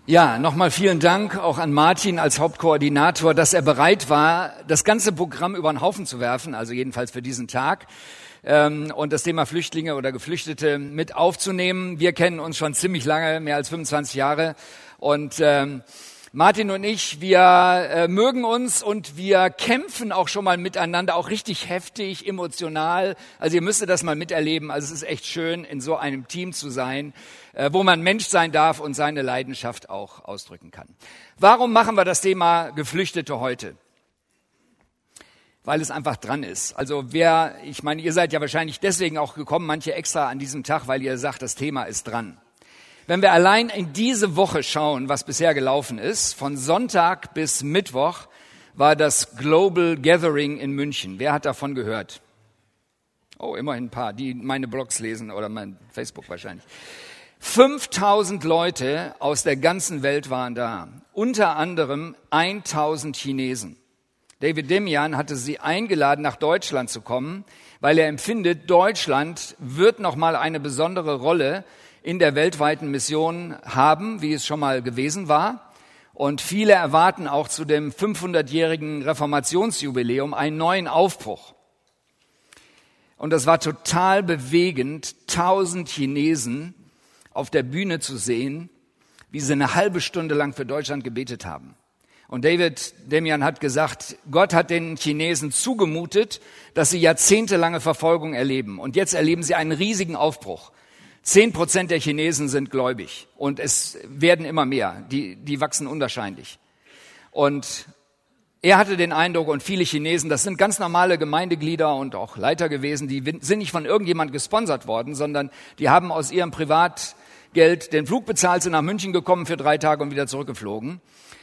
Ja, nochmal vielen Dank auch an Martin als Hauptkoordinator, dass er bereit war, das ganze Programm über den Haufen zu werfen, also jedenfalls für diesen Tag, und das Thema Flüchtlinge oder Geflüchtete mit aufzunehmen. Wir kennen uns schon ziemlich lange, mehr als 25 Jahre, und Martin und ich, wir mögen uns und wir kämpfen auch schon mal miteinander, auch richtig heftig, emotional. Also ihr müsstet das mal miterleben. Also es ist echt schön, in so einem Team zu sein, wo man Mensch sein darf und seine Leidenschaft auch ausdrücken kann. Warum machen wir das Thema Geflüchtete heute? Weil es einfach dran ist. Also ich meine, ihr seid ja wahrscheinlich deswegen auch gekommen, manche extra an diesem Tag, weil ihr sagt, das Thema ist dran. Wenn wir allein in diese Woche schauen, was bisher gelaufen ist, von Sonntag bis Mittwoch war das Global Gathering in München. Wer hat davon gehört? Oh, immerhin ein paar, die meine Blogs lesen oder mein Facebook wahrscheinlich. 5000 Leute aus der ganzen Welt waren da, unter anderem 1000 Chinesen. David Demian hatte sie eingeladen, nach Deutschland zu kommen, weil er empfindet, Deutschland wird nochmal eine besondere Rolle in der weltweiten Mission haben, wie es schon mal gewesen war. Und viele erwarten auch zu dem 500-jährigen Reformationsjubiläum einen neuen Aufbruch. Und das war total bewegend, 1000 Chinesen auf der Bühne zu sehen, wie sie eine halbe Stunde lang für Deutschland gebetet haben. Und David Demian hat gesagt, Gott hat den Chinesen zugemutet, dass sie jahrzehntelange Verfolgung erleben. Und jetzt erleben sie einen riesigen Aufbruch. 10% der Chinesen sind gläubig und es werden immer mehr, die wachsen unwahrscheinlich. Und er hatte den Eindruck, und viele Chinesen, das sind ganz normale Gemeindeglieder und auch Leiter gewesen, die sind nicht von irgendjemand gesponsert worden, sondern die haben aus ihrem Privatgeld den Flug bezahlt, sind nach München gekommen für 3 Tage und wieder zurückgeflogen.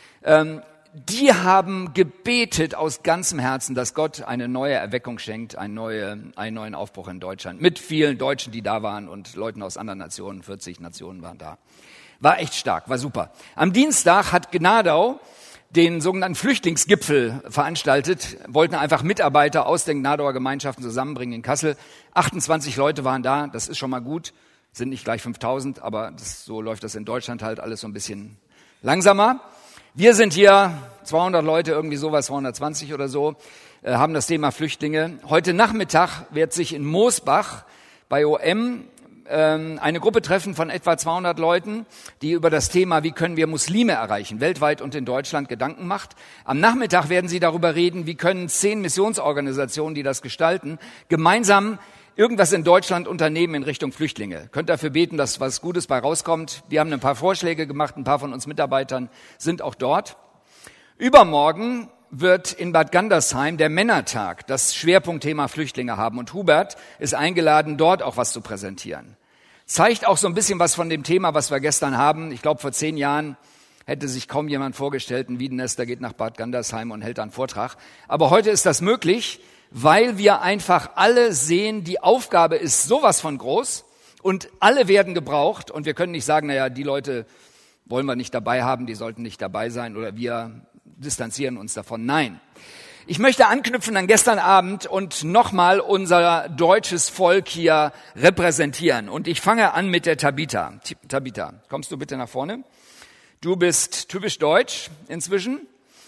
Die haben gebetet aus ganzem Herzen, dass Gott eine neue Erweckung schenkt, einen neuen Aufbruch in Deutschland. Mit vielen Deutschen, die da waren und Leuten aus anderen Nationen, 40 Nationen waren da. War echt stark, war super. Am Dienstag hat Gnadau den sogenannten Flüchtlingsgipfel veranstaltet, wollten einfach Mitarbeiter aus den Gnadauer Gemeinschaften zusammenbringen in Kassel. 28 Leute waren da, das ist schon mal gut, sind nicht gleich 5000, aber so läuft das in Deutschland halt alles so ein bisschen langsamer. Wir sind hier 200 Leute, irgendwie sowas, 220 oder so, haben das Thema Flüchtlinge. Heute Nachmittag wird sich in Moosbach bei OM eine Gruppe treffen von etwa 200 Leuten, die über das Thema, wie können wir Muslime erreichen, weltweit und in Deutschland Gedanken macht. Am Nachmittag werden sie darüber reden, wie können 10 Missionsorganisationen, die das gestalten, gemeinsam irgendwas in Deutschland unternehmen in Richtung Flüchtlinge. Könnt dafür beten, dass was Gutes bei rauskommt. Wir haben ein paar Vorschläge gemacht, ein paar von uns Mitarbeitern sind auch dort. Übermorgen wird in Bad Gandersheim der Männertag das Schwerpunktthema Flüchtlinge haben. Und Hubert ist eingeladen, dort auch was zu präsentieren. Zeigt auch so ein bisschen was von dem Thema, was wir gestern haben. Ich glaube, vor 10 Jahren hätte sich kaum jemand vorgestellt, ein Wiedenester geht nach Bad Gandersheim und hält da einen Vortrag. Aber heute ist das möglich, weil wir einfach alle sehen, die Aufgabe ist sowas von groß und alle werden gebraucht. Und wir können nicht sagen, naja, die Leute wollen wir nicht dabei haben, die sollten nicht dabei sein oder wir distanzieren uns davon. Nein. Ich möchte anknüpfen an gestern Abend und nochmal unser deutsches Volk hier repräsentieren. Und ich fange an mit der Tabitha. Tabitha, kommst du bitte nach vorne? Du bist typisch deutsch inzwischen.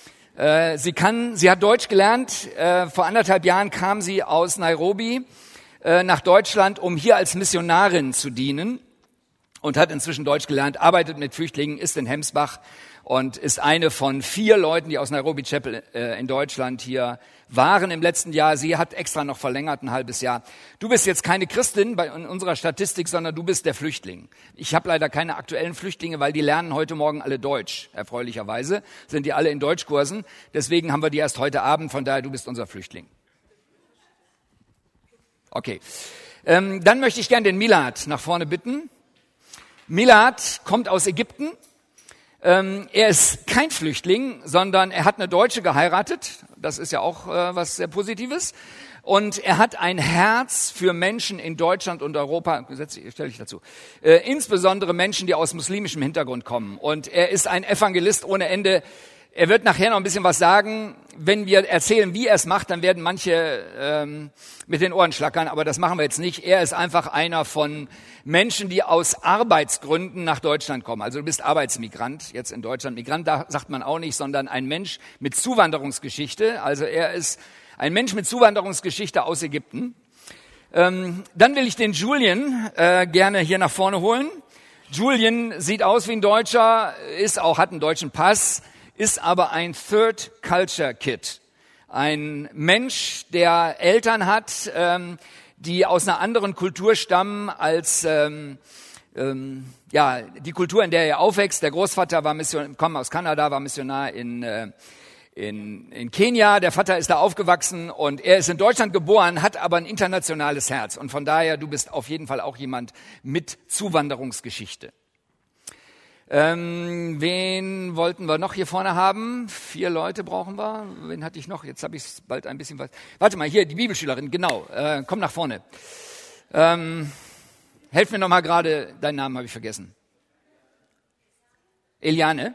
Sie hat Deutsch gelernt. Vor 1,5 Jahren kam sie aus Nairobi nach Deutschland, um hier als Missionarin zu dienen und hat inzwischen Deutsch gelernt, arbeitet mit Flüchtlingen, ist in Hemsbach und ist eine von 4 Leuten, die aus Nairobi Chapel in Deutschland hier waren im letzten Jahr. Sie hat extra noch verlängert, ein halbes Jahr. Du bist jetzt keine Christin in unserer Statistik, sondern du bist der Flüchtling. Ich habe leider keine aktuellen Flüchtlinge, weil die lernen heute Morgen alle Deutsch. Erfreulicherweise sind die alle in Deutschkursen. Deswegen haben wir die erst heute Abend. Von daher, du bist unser Flüchtling. Okay. Dann möchte ich gerne den Milad nach vorne bitten. Milad kommt aus Ägypten. Er ist kein Flüchtling, sondern er hat eine Deutsche geheiratet. Das ist ja auch was sehr Positives. Und er hat ein Herz für Menschen in Deutschland und Europa, stelle ich dazu, insbesondere Menschen, die aus muslimischem Hintergrund kommen. Und er ist ein Evangelist ohne Ende. Er wird nachher noch ein bisschen was sagen. Wenn wir erzählen, wie er es macht, dann werden manche mit den Ohren schlackern, aber das machen wir jetzt nicht. Er ist einfach einer von Menschen, die aus Arbeitsgründen nach Deutschland kommen. Also du bist Arbeitsmigrant, jetzt in Deutschland. Migrant da sagt man auch nicht, sondern ein Mensch mit Zuwanderungsgeschichte. Also er ist ein Mensch mit Zuwanderungsgeschichte aus Ägypten. Dann will ich den Julian gerne hier nach vorne holen. Julian sieht aus wie ein Deutscher, hat einen deutschen Pass, ist aber ein Third Culture Kid. Ein Mensch, der Eltern hat, die aus einer anderen Kultur stammen als die Kultur, in der er aufwächst. Der Großvater kommt aus Kanada, war Missionar in Kenia. Der Vater ist da aufgewachsen und er ist in Deutschland geboren, hat aber ein internationales Herz. Und von daher, du bist auf jeden Fall auch jemand mit Zuwanderungsgeschichte. Wen wollten wir noch hier vorne haben? 4 Leute brauchen wir. Wen hatte ich noch? Jetzt habe ich bald ein bisschen was. Warte mal, hier, die Bibelschülerin, genau. Komm nach vorne. Helf mir noch mal gerade, deinen Namen habe ich vergessen. Eliane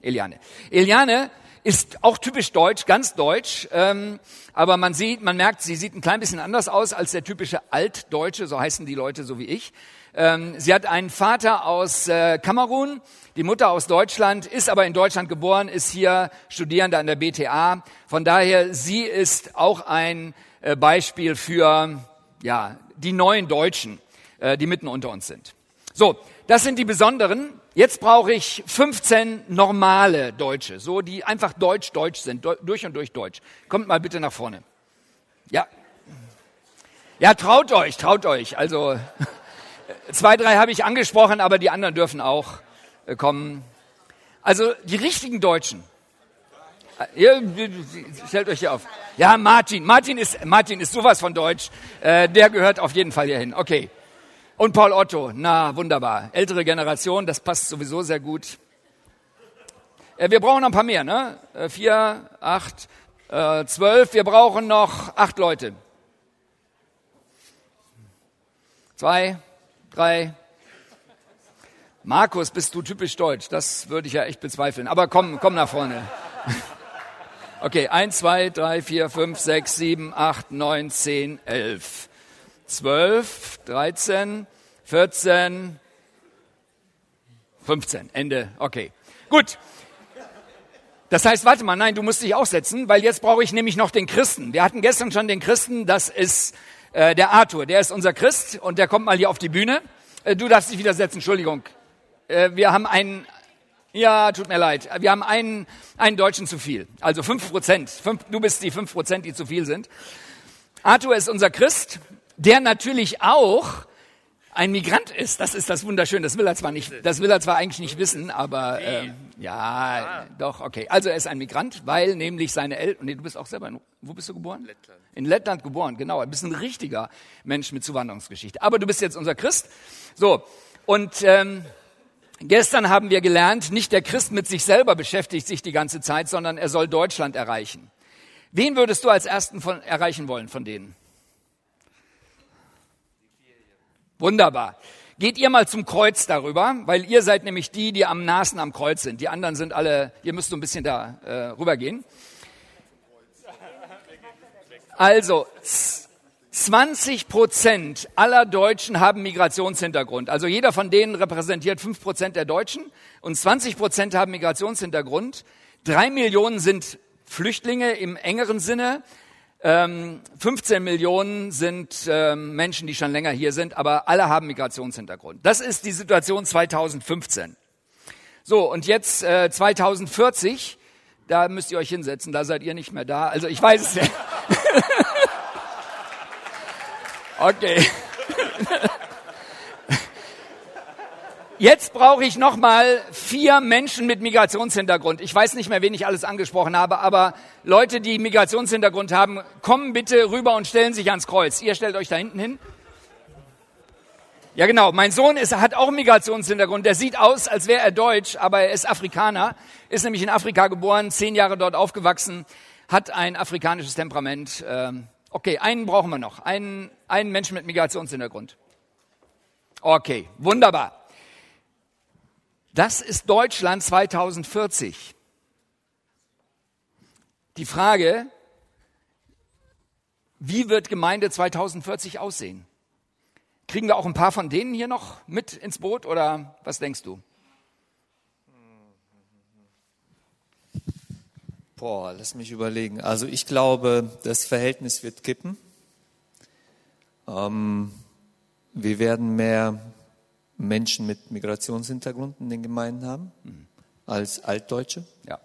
ist auch typisch deutsch, ganz deutsch, aber man merkt, sie sieht ein klein bisschen anders aus als der typische Altdeutsche, so heißen die Leute so wie ich. Sie hat einen Vater aus Kamerun, die Mutter aus Deutschland, ist aber in Deutschland geboren, ist hier Studierende an der BTA. Von daher, sie ist auch ein Beispiel für die neuen Deutschen, die mitten unter uns sind. So, das sind die Besonderen. Jetzt brauche ich 15 normale Deutsche, so die einfach deutsch sind, durch und durch deutsch. Kommt mal bitte nach vorne. Ja, traut euch. Also 2, 3 habe ich angesprochen, aber die anderen dürfen auch kommen. Also die richtigen Deutschen. Ihr stellt euch hier auf. Ja, Martin ist sowas von deutsch. Der gehört auf jeden Fall hier hin. Okay. Und Paul Otto, na wunderbar. Ältere Generation, das passt sowieso sehr gut. Wir brauchen noch ein paar mehr, ne? 4, 8, 12. Wir brauchen noch 8 Leute. 2, 3. Markus, bist du typisch deutsch? Das würde ich ja echt bezweifeln. Aber komm nach vorne. Okay, 1, 2, 3, 4, 5, 6, 7, 8, 9, 10, 11. 12, 13, 14, 15, Ende, okay. Gut. Das heißt, warte mal, nein, du musst dich auch setzen, weil jetzt brauche ich nämlich noch den Christen. Wir hatten gestern schon den Christen, das ist der Arthur, der ist unser Christ und der kommt mal hier auf die Bühne. Du darfst dich wieder setzen, Entschuldigung. Wir haben tut mir leid, wir haben einen Deutschen zu viel, also 5%. Du bist die 5%, die zu viel sind. Arthur ist unser Christ, der natürlich auch ein Migrant ist. Das ist das Wunderschöne. Das will er zwar eigentlich nicht wissen, aber doch, okay. Also er ist ein Migrant, weil nämlich seine Eltern, du bist auch selber, wo bist du geboren? Lettland. In Lettland geboren, genau. Du bist ein richtiger Mensch mit Zuwanderungsgeschichte. Aber du bist jetzt unser Christ. So, und gestern haben wir gelernt, nicht der Christ mit sich selber beschäftigt sich die ganze Zeit, sondern er soll Deutschland erreichen. Wen würdest du als Ersten erreichen wollen von denen? Wunderbar. Geht ihr mal zum Kreuz darüber, weil ihr seid nämlich die am nahesten am Kreuz sind. Die anderen sind alle, ihr müsst so ein bisschen da rübergehen. Also, 20% aller Deutschen haben Migrationshintergrund. Also jeder von denen repräsentiert 5% der Deutschen und 20% haben Migrationshintergrund. 3 Millionen sind Flüchtlinge im engeren Sinne. 15 Millionen sind Menschen, die schon länger hier sind, aber alle haben Migrationshintergrund. Das ist die Situation 2015. So, und jetzt 2040, da müsst ihr euch hinsetzen, da seid ihr nicht mehr da. Also ich weiß es nicht. Okay. Jetzt brauche ich noch mal 4 Menschen mit Migrationshintergrund. Ich weiß nicht mehr, wen ich alles angesprochen habe, aber Leute, die Migrationshintergrund haben, kommen bitte rüber und stellen sich ans Kreuz. Ihr stellt euch da hinten hin. Ja genau, mein Sohn hat auch einen Migrationshintergrund. Der sieht aus, als wäre er deutsch, aber er ist Afrikaner, ist nämlich in Afrika geboren, 10 Jahre dort aufgewachsen, hat ein afrikanisches Temperament. Okay, einen brauchen wir noch, einen Menschen mit Migrationshintergrund. Okay, wunderbar. Das ist Deutschland 2040. die Frage, wie wird Gemeinde 2040 aussehen? Kriegen wir auch ein paar von denen hier noch mit ins Boot oder was denkst du? Lass mich überlegen. Also ich glaube, das Verhältnis wird kippen. Wir werden mehr Menschen mit Migrationshintergrund in den Gemeinden haben als Altdeutsche. Ja.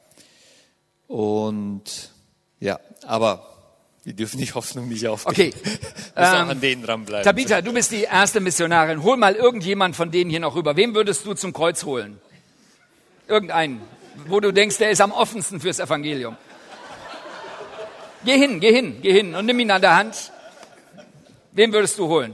Und ja, aber wir dürfen die Hoffnung nicht aufgeben. Okay. Müssen auch an denen dranbleiben. Tabitha, du bist die erste Missionarin. Hol mal irgendjemand von denen hier noch rüber. Wem würdest du zum Kreuz holen? Irgendeinen, wo du denkst, der ist am offensten fürs Evangelium. Geh hin und nimm ihn an der Hand. Wen würdest du holen?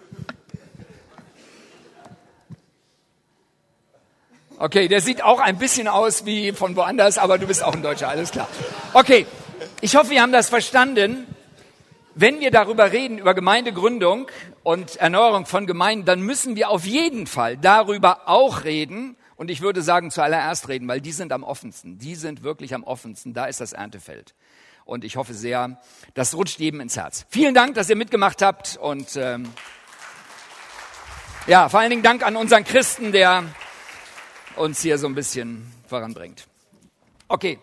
Okay, der sieht auch ein bisschen aus wie von woanders, aber du bist auch ein Deutscher, alles klar. Okay, ich hoffe, wir haben das verstanden. Wenn wir darüber reden, über Gemeindegründung und Erneuerung von Gemeinden, dann müssen wir auf jeden Fall darüber auch reden. Und ich würde sagen, zuallererst reden, weil die sind am offensten. Die sind wirklich am offensten. Da ist das Erntefeld. Und ich hoffe sehr, das rutscht jedem ins Herz. Vielen Dank, dass ihr mitgemacht habt. Und vor allen Dingen Dank an unseren Christen, der uns hier so ein bisschen voranbringt. Okay.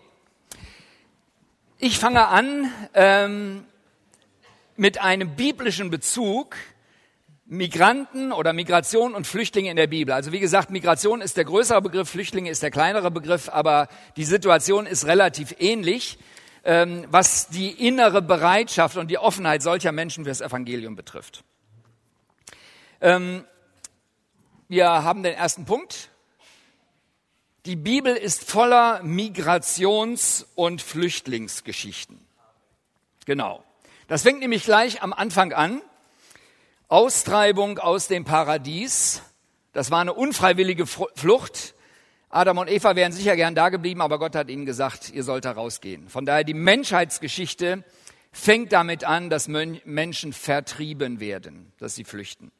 Ich fange an mit einem biblischen Bezug. Migranten oder Migration und Flüchtlinge in der Bibel. Also wie gesagt, Migration ist der größere Begriff, Flüchtlinge ist der kleinere Begriff, aber die Situation ist relativ ähnlich, was die innere Bereitschaft und die Offenheit solcher Menschen für das Evangelium betrifft. Wir haben den ersten Punkt. Die Bibel ist voller Migrations- und Flüchtlingsgeschichten. Genau. Das fängt nämlich gleich am Anfang an. Austreibung aus dem Paradies, das war eine unfreiwillige Flucht. Adam und Eva wären sicher gern da geblieben, aber Gott hat ihnen gesagt, ihr sollt da rausgehen. Von daher, die Menschheitsgeschichte fängt damit an, dass Menschen vertrieben werden, dass sie flüchten.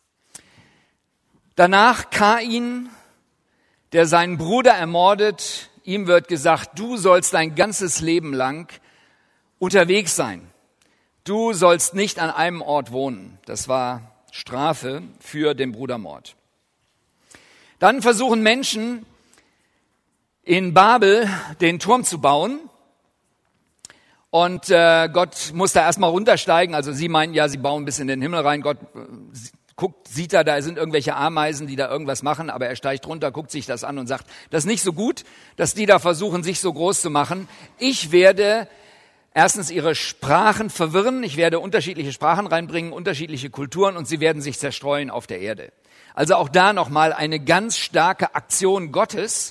Danach Kain, der seinen Bruder ermordet, ihm wird gesagt, du sollst dein ganzes Leben lang unterwegs sein. Du sollst nicht an einem Ort wohnen. Das war Strafe für den Brudermord. Dann versuchen Menschen in Babel den Turm zu bauen. Und Gott muss da erstmal runtersteigen. Also sie meinen ja, sie bauen bis in den Himmel rein. Gott sieht da sind irgendwelche Ameisen, die da irgendwas machen. Aber er steigt runter, guckt sich das an und sagt, das ist nicht so gut, dass die da versuchen, sich so groß zu machen. Ich werde erstens ihre Sprachen verwirren, ich werde unterschiedliche Sprachen reinbringen, unterschiedliche Kulturen und sie werden sich zerstreuen auf der Erde. Also auch da nochmal eine ganz starke Aktion Gottes,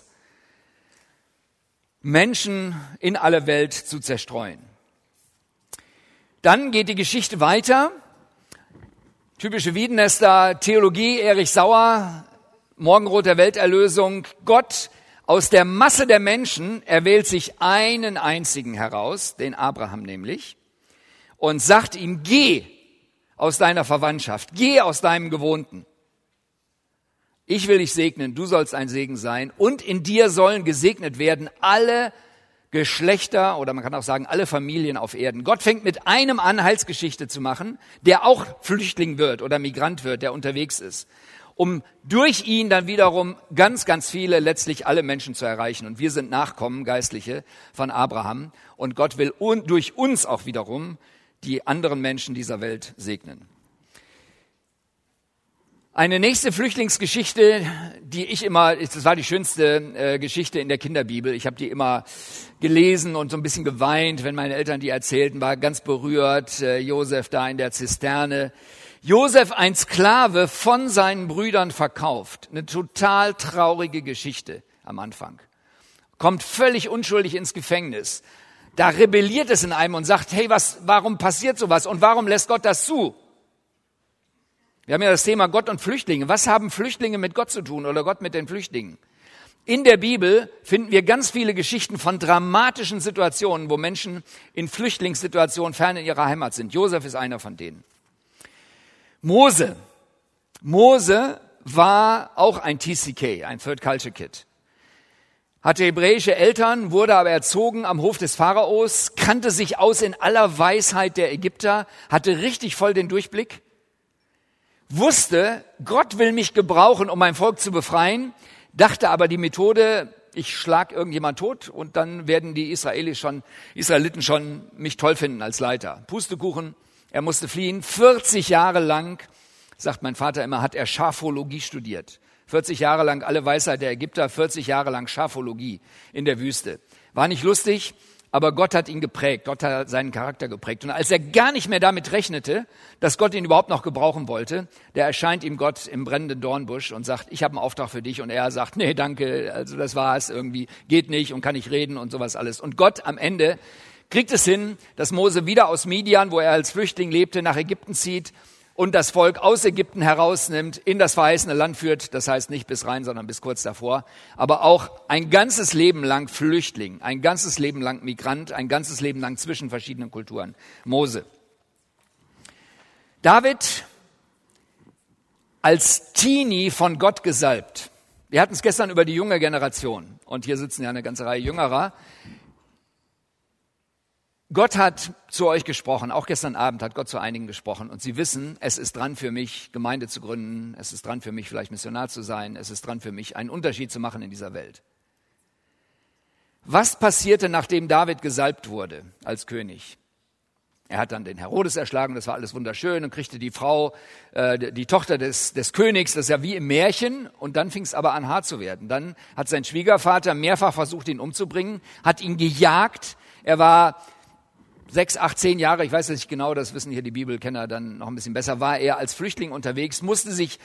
Menschen in alle Welt zu zerstreuen. Dann geht die Geschichte weiter. Typische Wiedenester Theologie, Erich Sauer, Morgenrot der Welterlösung. Gott aus der Masse der Menschen erwählt sich einen einzigen heraus, den Abraham nämlich, und sagt ihm, geh aus deiner Verwandtschaft, geh aus deinem Gewohnten. Ich will dich segnen, du sollst ein Segen sein und in dir sollen gesegnet werden alle Geschlechter oder man kann auch sagen alle Familien auf Erden. Gott fängt mit einem an, Heilsgeschichte zu machen, der auch Flüchtling wird oder Migrant wird, der unterwegs ist, um durch ihn dann wiederum ganz, ganz viele, letztlich alle Menschen zu erreichen. Und wir sind Nachkommen, Geistliche, von Abraham. Und Gott will durch uns auch wiederum die anderen Menschen dieser Welt segnen. Eine nächste Flüchtlingsgeschichte, das war die schönste Geschichte in der Kinderbibel. Ich habe die immer gelesen und so ein bisschen geweint, wenn meine Eltern die erzählten, war ganz berührt. Josef da in der Zisterne. Josef, ein Sklave, von seinen Brüdern verkauft. Eine total traurige Geschichte am Anfang. Kommt völlig unschuldig ins Gefängnis. Da rebelliert es in einem und sagt, hey, warum passiert sowas und warum lässt Gott das zu? Wir haben ja das Thema Gott und Flüchtlinge. Was haben Flüchtlinge mit Gott zu tun oder Gott mit den Flüchtlingen? In der Bibel finden wir ganz viele Geschichten von dramatischen Situationen, wo Menschen in Flüchtlingssituationen fern in ihrer Heimat sind. Josef ist einer von denen. Mose war auch ein TCK, ein Third Culture Kid. hatte hebräische Eltern, wurde aber erzogen am Hof des Pharaos, kannte sich aus in aller Weisheit der Ägypter, hatte richtig voll den Durchblick, wusste, Gott will mich gebrauchen, um mein Volk zu befreien, dachte aber die Methode, ich schlag irgendjemand tot und dann werden die Israeliten schon mich toll finden als Leiter. Pustekuchen, er musste fliehen. 40 Jahre lang, sagt mein Vater immer, hat er Schafologie studiert. 40 Jahre lang alle Weisheit der Ägypter, 40 Jahre lang Schafologie in der Wüste. War nicht lustig, aber Gott hat ihn geprägt, Gott hat seinen Charakter geprägt. Und als er gar nicht mehr damit rechnete, dass Gott ihn überhaupt noch gebrauchen wollte, da erscheint ihm Gott im brennenden Dornbusch und sagt, ich habe einen Auftrag für dich. Und er sagt, nee, danke, also das war's irgendwie, geht nicht und kann nicht reden und sowas alles. Und Gott am Ende kriegt es hin, dass Mose wieder aus Midian, wo er als Flüchtling lebte, nach Ägypten zieht und das Volk aus Ägypten herausnimmt, in das verheißene Land führt, das heißt nicht bis rein, sondern bis kurz davor, aber auch ein ganzes Leben lang Flüchtling, ein ganzes Leben lang Migrant, ein ganzes Leben lang zwischen verschiedenen Kulturen. Mose. David als Teenie von Gott gesalbt. Wir hatten es gestern über die junge Generation und hier sitzen ja eine ganze Reihe Jüngerer. Gott hat zu euch gesprochen, auch gestern Abend hat Gott zu einigen gesprochen und sie wissen, es ist dran für mich, Gemeinde zu gründen, es ist dran für mich, vielleicht Missionar zu sein, es ist dran für mich, einen Unterschied zu machen in dieser Welt. Was passierte, nachdem David gesalbt wurde als König? Er hat dann den Herodes erschlagen, das war alles wunderschön und kriegte die Frau, die Tochter des Königs, das ist ja wie im Märchen und dann fing es aber an hart zu werden. Dann hat sein Schwiegervater mehrfach versucht, ihn umzubringen, hat ihn gejagt, er war 6, 8, 10 Jahre, ich weiß es nicht genau, das wissen hier die Bibelkenner dann noch ein bisschen besser, war er als Flüchtling unterwegs, musste sich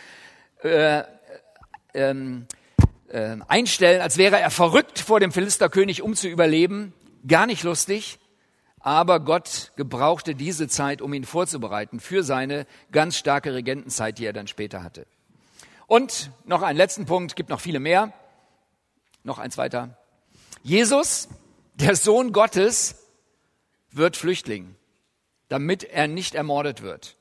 einstellen, als wäre er verrückt, vor dem Philisterkönig zu überleben. Gar nicht lustig, aber Gott gebrauchte diese Zeit, um ihn vorzubereiten für seine ganz starke Regentenzeit, die er dann später hatte. Und noch einen letzten Punkt, gibt noch viele mehr, noch ein zweiter. Jesus, der Sohn Gottes, wird Flüchtling, damit er nicht ermordet wird.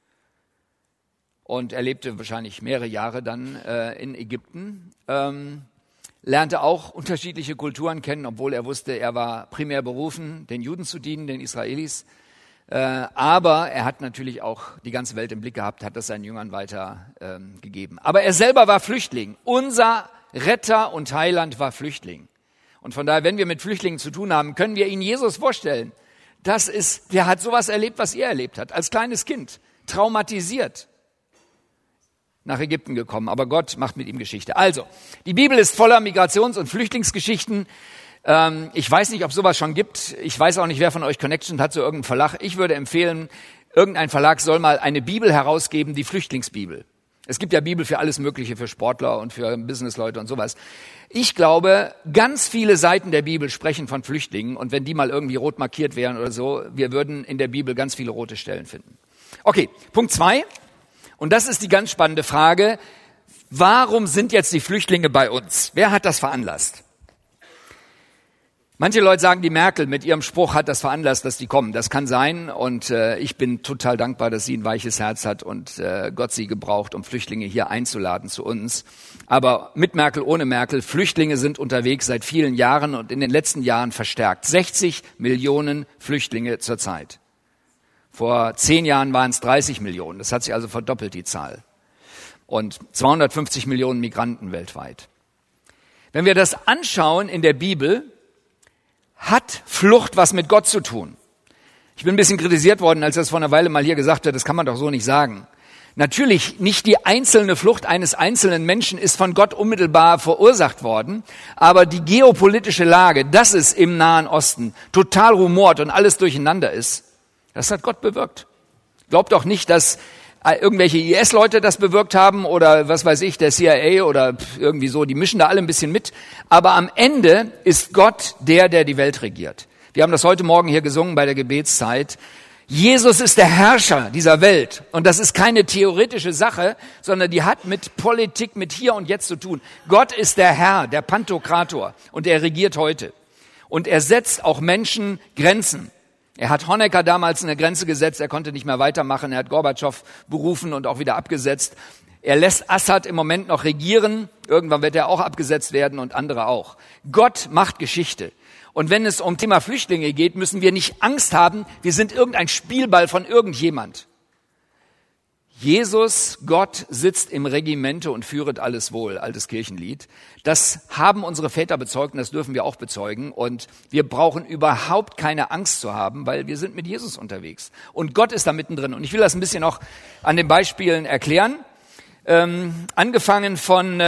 Und er lebte wahrscheinlich mehrere Jahre dann in Ägypten, lernte auch unterschiedliche Kulturen kennen, obwohl er wusste, er war primär berufen, den Juden zu dienen, den Israelis. Aber er hat natürlich auch die ganze Welt im Blick gehabt, hat das seinen Jüngern weitergegeben. Aber er selber war Flüchtling. Unser Retter und Heiland war Flüchtling. Und von daher, wenn wir mit Flüchtlingen zu tun haben, können wir ihnen Jesus vorstellen. Der hat sowas erlebt, was ihr erlebt habt, als kleines Kind, traumatisiert, nach Ägypten gekommen, aber Gott macht mit ihm Geschichte. Also, die Bibel ist voller Migrations- und Flüchtlingsgeschichten. Ich weiß nicht, ob sowas schon gibt. Ich weiß auch nicht, wer von euch Connection hat zu irgendeinem Verlag. Ich würde empfehlen, irgendein Verlag soll mal eine Bibel herausgeben, die Flüchtlingsbibel. Es gibt ja Bibel für alles Mögliche, für Sportler und für Businessleute und sowas. Ich glaube, ganz viele Seiten der Bibel sprechen von Flüchtlingen und wenn die mal irgendwie rot markiert wären oder so, wir würden in der Bibel ganz viele rote Stellen finden. Okay, Punkt 2. Und das ist die ganz spannende Frage. Warum sind jetzt die Flüchtlinge bei uns? Wer hat das veranlasst? Manche Leute sagen, die Merkel mit ihrem Spruch hat das veranlasst, dass die kommen. Das kann sein und ich bin total dankbar, dass sie ein weiches Herz hat und Gott sie gebraucht, um Flüchtlinge hier einzuladen zu uns. Aber mit Merkel, ohne Merkel, Flüchtlinge sind unterwegs seit vielen Jahren und in den letzten Jahren verstärkt. 60 Millionen Flüchtlinge zurzeit. Vor 10 Jahren waren es 30 Millionen. Das hat sich also verdoppelt, die Zahl. Und 250 Millionen Migranten weltweit. Wenn wir das anschauen in der Bibel, hat Flucht was mit Gott zu tun. Ich bin ein bisschen kritisiert worden, als das vor einer Weile mal hier gesagt wird, das kann man doch so nicht sagen. Natürlich, nicht die einzelne Flucht eines einzelnen Menschen ist von Gott unmittelbar verursacht worden, aber die geopolitische Lage, dass es im Nahen Osten total rumort und alles durcheinander ist, das hat Gott bewirkt. Glaubt doch nicht, dass irgendwelche IS-Leute das bewirkt haben oder was weiß ich, der CIA oder irgendwie so, die mischen da alle ein bisschen mit. Aber am Ende ist Gott der die Welt regiert. Wir haben das heute Morgen hier gesungen bei der Gebetszeit. Jesus ist der Herrscher dieser Welt und das ist keine theoretische Sache, sondern die hat mit Politik, mit Hier und Jetzt zu tun. Gott ist der Herr, der Pantokrator und er regiert heute. Und er setzt auch Menschen Grenzen. Er hat Honecker damals eine Grenze gesetzt, er konnte nicht mehr weitermachen, er hat Gorbatschow berufen und auch wieder abgesetzt. Er lässt Assad im Moment noch regieren. Irgendwann wird er auch abgesetzt werden und andere auch. Gott macht Geschichte. Und wenn es um Thema Flüchtlinge geht, müssen wir nicht Angst haben, wir sind irgendein Spielball von irgendjemand. Jesus, Gott, sitzt im Regimente und führet alles wohl, altes Kirchenlied. Das haben unsere Väter bezeugt und das dürfen wir auch bezeugen. Und wir brauchen überhaupt keine Angst zu haben, weil wir sind mit Jesus unterwegs. Und Gott ist da mittendrin. Und ich will das ein bisschen auch an den Beispielen erklären. Angefangen von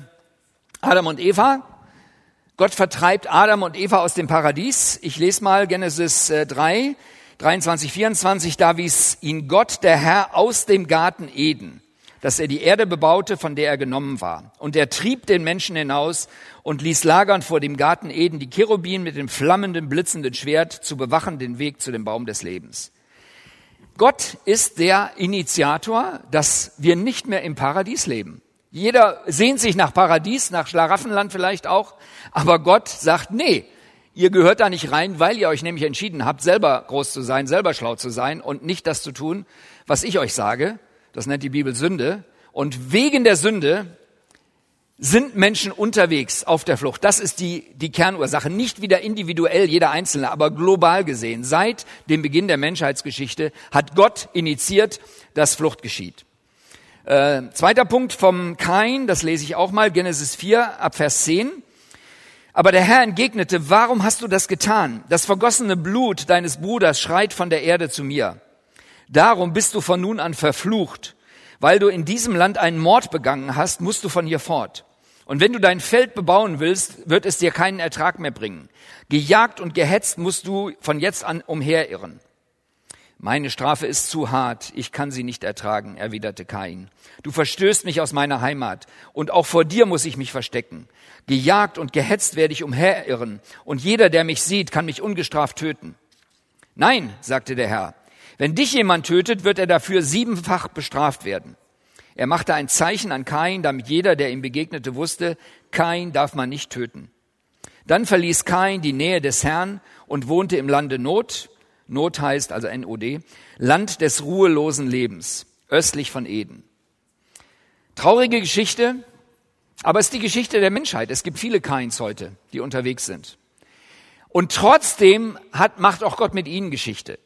Adam und Eva. Gott vertreibt Adam und Eva aus dem Paradies. Ich lese mal Genesis 3. 23, 24, da wies ihn Gott, der Herr, aus dem Garten Eden, dass er die Erde bebaute, von der er genommen war. Und er trieb den Menschen hinaus und ließ lagern vor dem Garten Eden die Cherubim mit dem flammenden, blitzenden Schwert zu bewachen den Weg zu dem Baum des Lebens. Gott ist der Initiator, dass wir nicht mehr im Paradies leben. Jeder sehnt sich nach Paradies, nach Schlaraffenland vielleicht auch, aber Gott sagt, nee, ihr gehört da nicht rein, weil ihr euch nämlich entschieden habt, selber groß zu sein, selber schlau zu sein und nicht das zu tun, was ich euch sage. Das nennt die Bibel Sünde. Und wegen der Sünde sind Menschen unterwegs auf der Flucht. Das ist die Kernursache. Nicht wieder individuell jeder Einzelne, aber global gesehen. Seit dem Beginn der Menschheitsgeschichte hat Gott initiiert, dass Flucht geschieht. Zweiter Punkt vom Kain, das lese ich auch mal, Genesis 4 ab Vers 10. Aber der Herr entgegnete, warum hast du das getan? Das vergossene Blut deines Bruders schreit von der Erde zu mir. Darum bist du von nun an verflucht. Weil du in diesem Land einen Mord begangen hast, musst du von hier fort. Und wenn du dein Feld bebauen willst, wird es dir keinen Ertrag mehr bringen. Gejagt und gehetzt musst du von jetzt an umherirren. Meine Strafe ist zu hart, ich kann sie nicht ertragen, erwiderte Kain. Du verstößt mich aus meiner Heimat und auch vor dir muss ich mich verstecken. Gejagt und gehetzt werde ich umherirren und jeder, der mich sieht, kann mich ungestraft töten. Nein, sagte der Herr, wenn dich jemand tötet, wird er dafür 7-fach bestraft werden. Er machte ein Zeichen an Kain, damit jeder, der ihm begegnete, wusste, Kain darf man nicht töten. Dann verließ Kain die Nähe des Herrn und wohnte im Lande Nod. Nod heißt also N-O-D, Land des ruhelosen Lebens, östlich von Eden. Traurige Geschichte, aber es ist die Geschichte der Menschheit. Es gibt viele Kains heute, die unterwegs sind. Und trotzdem macht auch Gott mit ihnen Geschichte.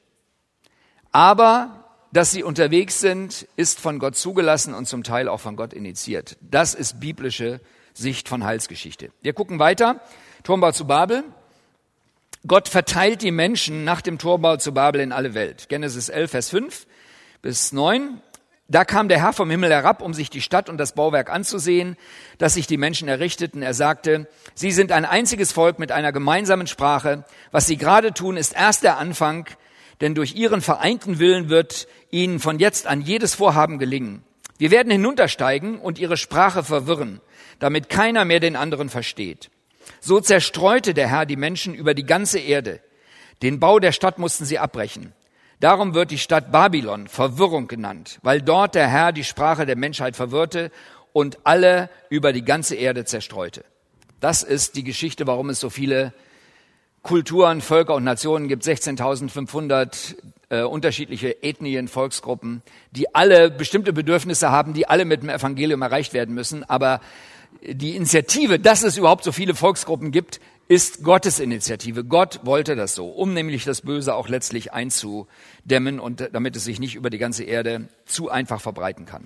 Aber dass sie unterwegs sind, ist von Gott zugelassen und zum Teil auch von Gott initiiert. Das ist biblische Sicht von Heilsgeschichte. Wir gucken weiter. Turmbau zu Babel. Gott verteilt die Menschen nach dem Turmbau zu Babel in alle Welt. Genesis 11, Vers 5 bis 9. Da kam der Herr vom Himmel herab, um sich die Stadt und das Bauwerk anzusehen, das sich die Menschen errichteten. Er sagte, sie sind ein einziges Volk mit einer gemeinsamen Sprache. Was sie gerade tun, ist erst der Anfang, denn durch ihren vereinten Willen wird ihnen von jetzt an jedes Vorhaben gelingen. Wir werden hinuntersteigen und ihre Sprache verwirren, damit keiner mehr den anderen versteht. So zerstreute der Herr die Menschen über die ganze Erde. Den Bau der Stadt mussten sie abbrechen. Darum wird die Stadt Babylon Verwirrung genannt, weil dort der Herr die Sprache der Menschheit verwirrte und alle über die ganze Erde zerstreute. Das ist die Geschichte, warum es so viele Kulturen, Völker und Nationen gibt, 16.500 unterschiedliche Ethnien, Volksgruppen, die alle bestimmte Bedürfnisse haben, die alle mit dem Evangelium erreicht werden müssen. Aber die Initiative, dass es überhaupt so viele Volksgruppen gibt, ist Gottes Initiative. Gott wollte das so, um nämlich das Böse auch letztlich einzudämmen und damit es sich nicht über die ganze Erde zu einfach verbreiten kann.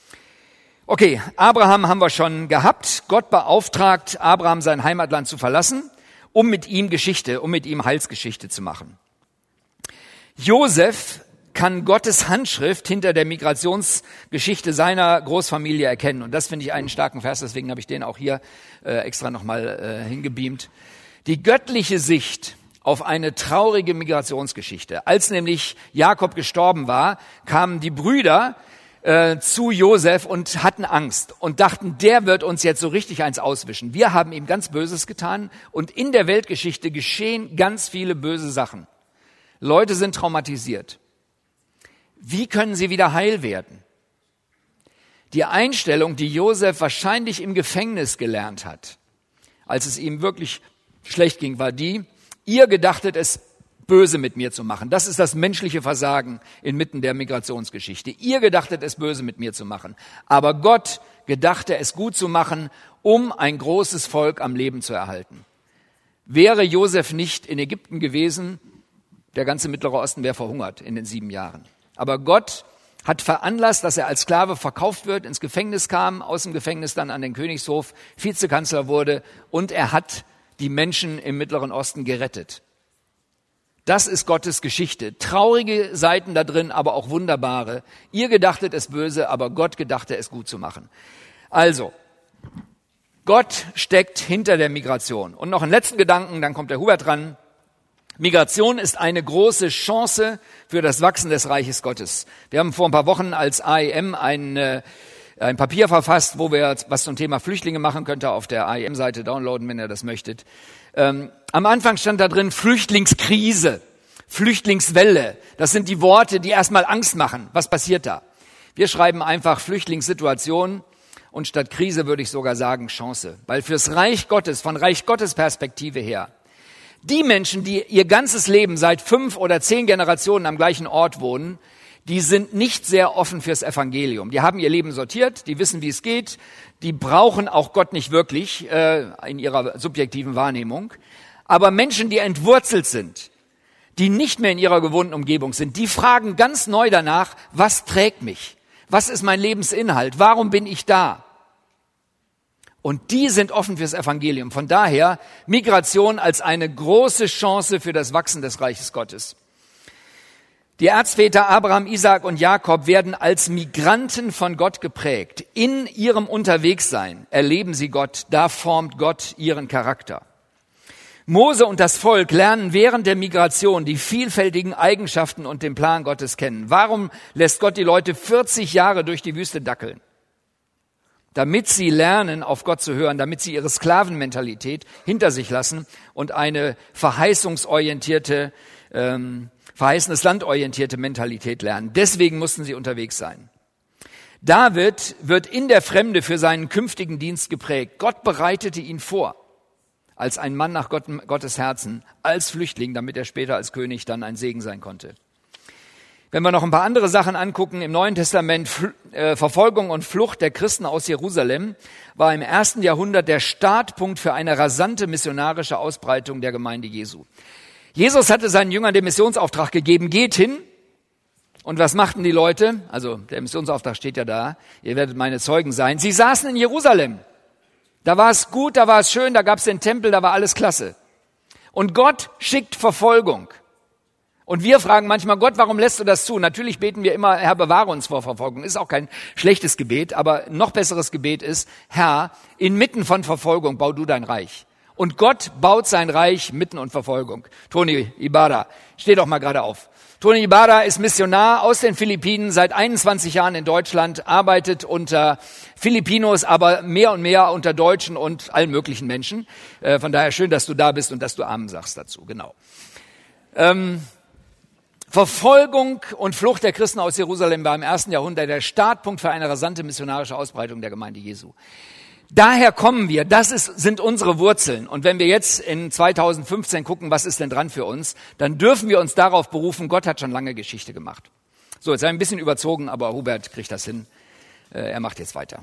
Okay, Abraham haben wir schon gehabt. Gott beauftragt Abraham, sein Heimatland zu verlassen, um mit ihm Heilsgeschichte zu machen. Josef kann Gottes Handschrift hinter der Migrationsgeschichte seiner Großfamilie erkennen. Und das finde ich einen starken Vers, deswegen habe ich den auch hier extra nochmal hingebeamt. Die göttliche Sicht auf eine traurige Migrationsgeschichte. Als nämlich Jakob gestorben war, kamen die Brüder zu Josef und hatten Angst und dachten, der wird uns jetzt so richtig eins auswischen. Wir haben ihm ganz Böses getan und in der Weltgeschichte geschehen ganz viele böse Sachen. Leute sind traumatisiert. Wie können sie wieder heil werden? Die Einstellung, die Josef wahrscheinlich im Gefängnis gelernt hat, als es ihm wirklich schlecht ging, war die, ihr gedachtet es böse mit mir zu machen. Das ist das menschliche Versagen inmitten der Migrationsgeschichte. Ihr gedachtet, es böse mit mir zu machen. Aber Gott gedachte, es gut zu machen, um ein großes Volk am Leben zu erhalten. Wäre Josef nicht in Ägypten gewesen, der ganze Mittlere Osten wäre verhungert in den 7 Jahren. Aber Gott hat veranlasst, dass er als Sklave verkauft wird, ins Gefängnis kam, aus dem Gefängnis dann an den Königshof, Vizekanzler wurde und er hat die Menschen im Mittleren Osten gerettet. Das ist Gottes Geschichte. Traurige Seiten da drin, aber auch wunderbare. Ihr gedachtet es böse, aber Gott gedachte es gut zu machen. Also, Gott steckt hinter der Migration. Und noch einen letzten Gedanken, dann kommt der Hubert dran. Migration ist eine große Chance für das Wachsen des Reiches Gottes. Wir haben vor ein paar Wochen als AEM ein Papier verfasst, wo wir was zum Thema Flüchtlinge machen könnte, auf der AEM-Seite downloaden, wenn ihr das möchtet. Am Anfang stand da drin Flüchtlingskrise, Flüchtlingswelle. Das sind die Worte, die erstmal Angst machen. Was passiert da? Wir schreiben einfach Flüchtlingssituation und statt Krise würde ich sogar sagen Chance. Weil fürs Reich Gottes, von Reich Gottes Perspektive her, die Menschen, die ihr ganzes Leben seit 5 oder 10 Generationen am gleichen Ort wohnen, die sind nicht sehr offen fürs Evangelium. Die haben ihr Leben sortiert, die wissen, wie es geht, die brauchen auch Gott nicht wirklich in ihrer subjektiven Wahrnehmung. Aber Menschen, die entwurzelt sind, die nicht mehr in ihrer gewohnten Umgebung sind, die fragen ganz neu danach, was trägt mich? Was ist mein Lebensinhalt? Warum bin ich da? Und die sind offen fürs Evangelium. Von daher Migration als eine große Chance für das Wachsen des Reiches Gottes. Die Erzväter Abraham, Isaak und Jakob werden als Migranten von Gott geprägt. In ihrem Unterwegssein erleben sie Gott, da formt Gott ihren Charakter. Mose und das Volk lernen während der Migration die vielfältigen Eigenschaften und den Plan Gottes kennen. Warum lässt Gott die Leute 40 Jahre durch die Wüste dackeln? Damit sie lernen, auf Gott zu hören, damit sie ihre Sklavenmentalität hinter sich lassen und eine verheißenes landorientierte Mentalität lernen. Deswegen mussten sie unterwegs sein. David wird in der Fremde für seinen künftigen Dienst geprägt. Gott bereitete ihn vor als ein Mann nach Gottes Herzen, als Flüchtling, damit er später als König dann ein Segen sein konnte. Wenn wir noch ein paar andere Sachen angucken, im Neuen Testament, Verfolgung und Flucht der Christen aus Jerusalem war im 1. Jahrhundert der Startpunkt für eine rasante missionarische Ausbreitung der Gemeinde Jesu. Jesus hatte seinen Jüngern den Missionsauftrag gegeben, geht hin. Und was machten die Leute? Also der Missionsauftrag steht ja da, ihr werdet meine Zeugen sein. Sie saßen in Jerusalem. Da war es gut, da war es schön, da gab es den Tempel, da war alles klasse. Und Gott schickt Verfolgung. Und wir fragen manchmal, Gott, warum lässt du das zu? Natürlich beten wir immer, Herr, bewahre uns vor Verfolgung. Ist auch kein schlechtes Gebet, aber noch besseres Gebet ist, Herr, inmitten von Verfolgung bau du dein Reich. Und Gott baut sein Reich mitten in Verfolgung. Tony Ibarra, steh doch mal gerade auf. Tony Ibarra ist Missionar aus den Philippinen, seit 21 Jahren in Deutschland, arbeitet unter Filipinos, aber mehr und mehr unter Deutschen und allen möglichen Menschen. Von daher schön, dass du da bist und dass du Amen sagst dazu. Genau. Verfolgung und Flucht der Christen aus Jerusalem war im 1. Jahrhundert der Startpunkt für eine rasante missionarische Ausbreitung der Gemeinde Jesu. Daher kommen wir, sind unsere Wurzeln. Und wenn wir jetzt in 2015 gucken, was ist denn dran für uns, dann dürfen wir uns darauf berufen, Gott hat schon lange Geschichte gemacht. So, jetzt habe ich ein bisschen überzogen, aber Hubert kriegt das hin. Er macht jetzt weiter.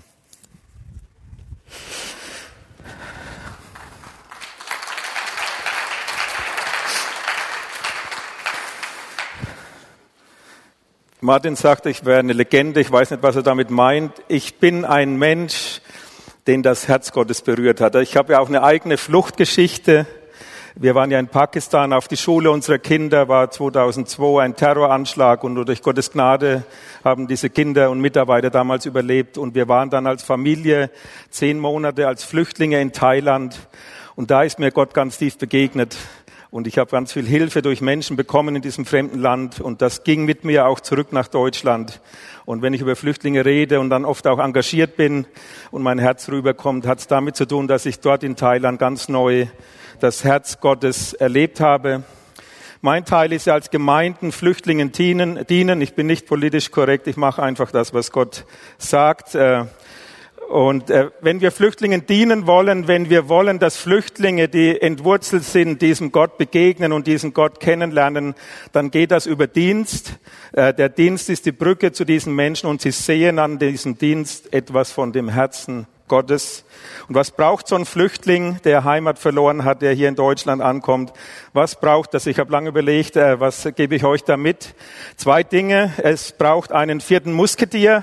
Martin sagte, ich wäre eine Legende, ich weiß nicht, was er damit meint. Ich bin ein Mensch, den das Herz Gottes berührt hat. Ich habe ja auch eine eigene Fluchtgeschichte. Wir waren ja in Pakistan auf die Schule unserer Kinder, war 2002 ein Terroranschlag und nur durch Gottes Gnade haben diese Kinder und Mitarbeiter damals überlebt. Und wir waren dann als Familie 10 Monate als Flüchtlinge in Thailand und da ist mir Gott ganz tief begegnet. Und ich habe ganz viel Hilfe durch Menschen bekommen in diesem fremden Land. Und das ging mit mir auch zurück nach Deutschland. Und wenn ich über Flüchtlinge rede und dann oft auch engagiert bin und mein Herz rüberkommt, hat es damit zu tun, dass ich dort in Thailand ganz neu das Herz Gottes erlebt habe. Mein Teil ist ja als Gemeinden Flüchtlingen dienen. Ich bin nicht politisch korrekt, ich mache einfach das, was Gott sagt. Und wenn wir Flüchtlingen dienen wollen, wenn wir wollen, dass Flüchtlinge, die entwurzelt sind, diesem Gott begegnen und diesen Gott kennenlernen, dann geht das über Dienst. Der Dienst ist die Brücke zu diesen Menschen und sie sehen an diesem Dienst etwas von dem Herzen Gottes. Und was braucht so ein Flüchtling, der Heimat verloren hat, der hier in Deutschland ankommt? Was braucht das? Ich habe lange überlegt, was gebe ich euch da mit? 2 Dinge. Es braucht einen 4. Musketier.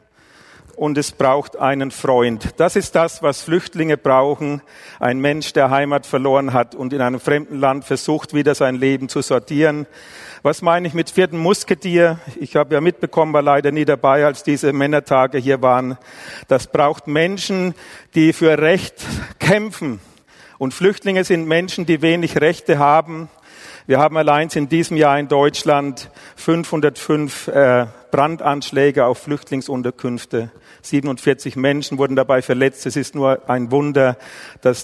Und es braucht einen Freund. Das ist das, was Flüchtlinge brauchen. Ein Mensch, der Heimat verloren hat und in einem fremden Land versucht, wieder sein Leben zu sortieren. Was meine ich mit 4. Musketier? Ich habe ja mitbekommen, war leider nie dabei, als diese Männertage hier waren. Das braucht Menschen, die für Recht kämpfen. Und Flüchtlinge sind Menschen, die wenig Rechte haben. Wir haben allein in diesem Jahr in Deutschland 505 Brandanschläge auf Flüchtlingsunterkünfte. 47 Menschen wurden dabei verletzt. Es ist nur ein Wunder, dass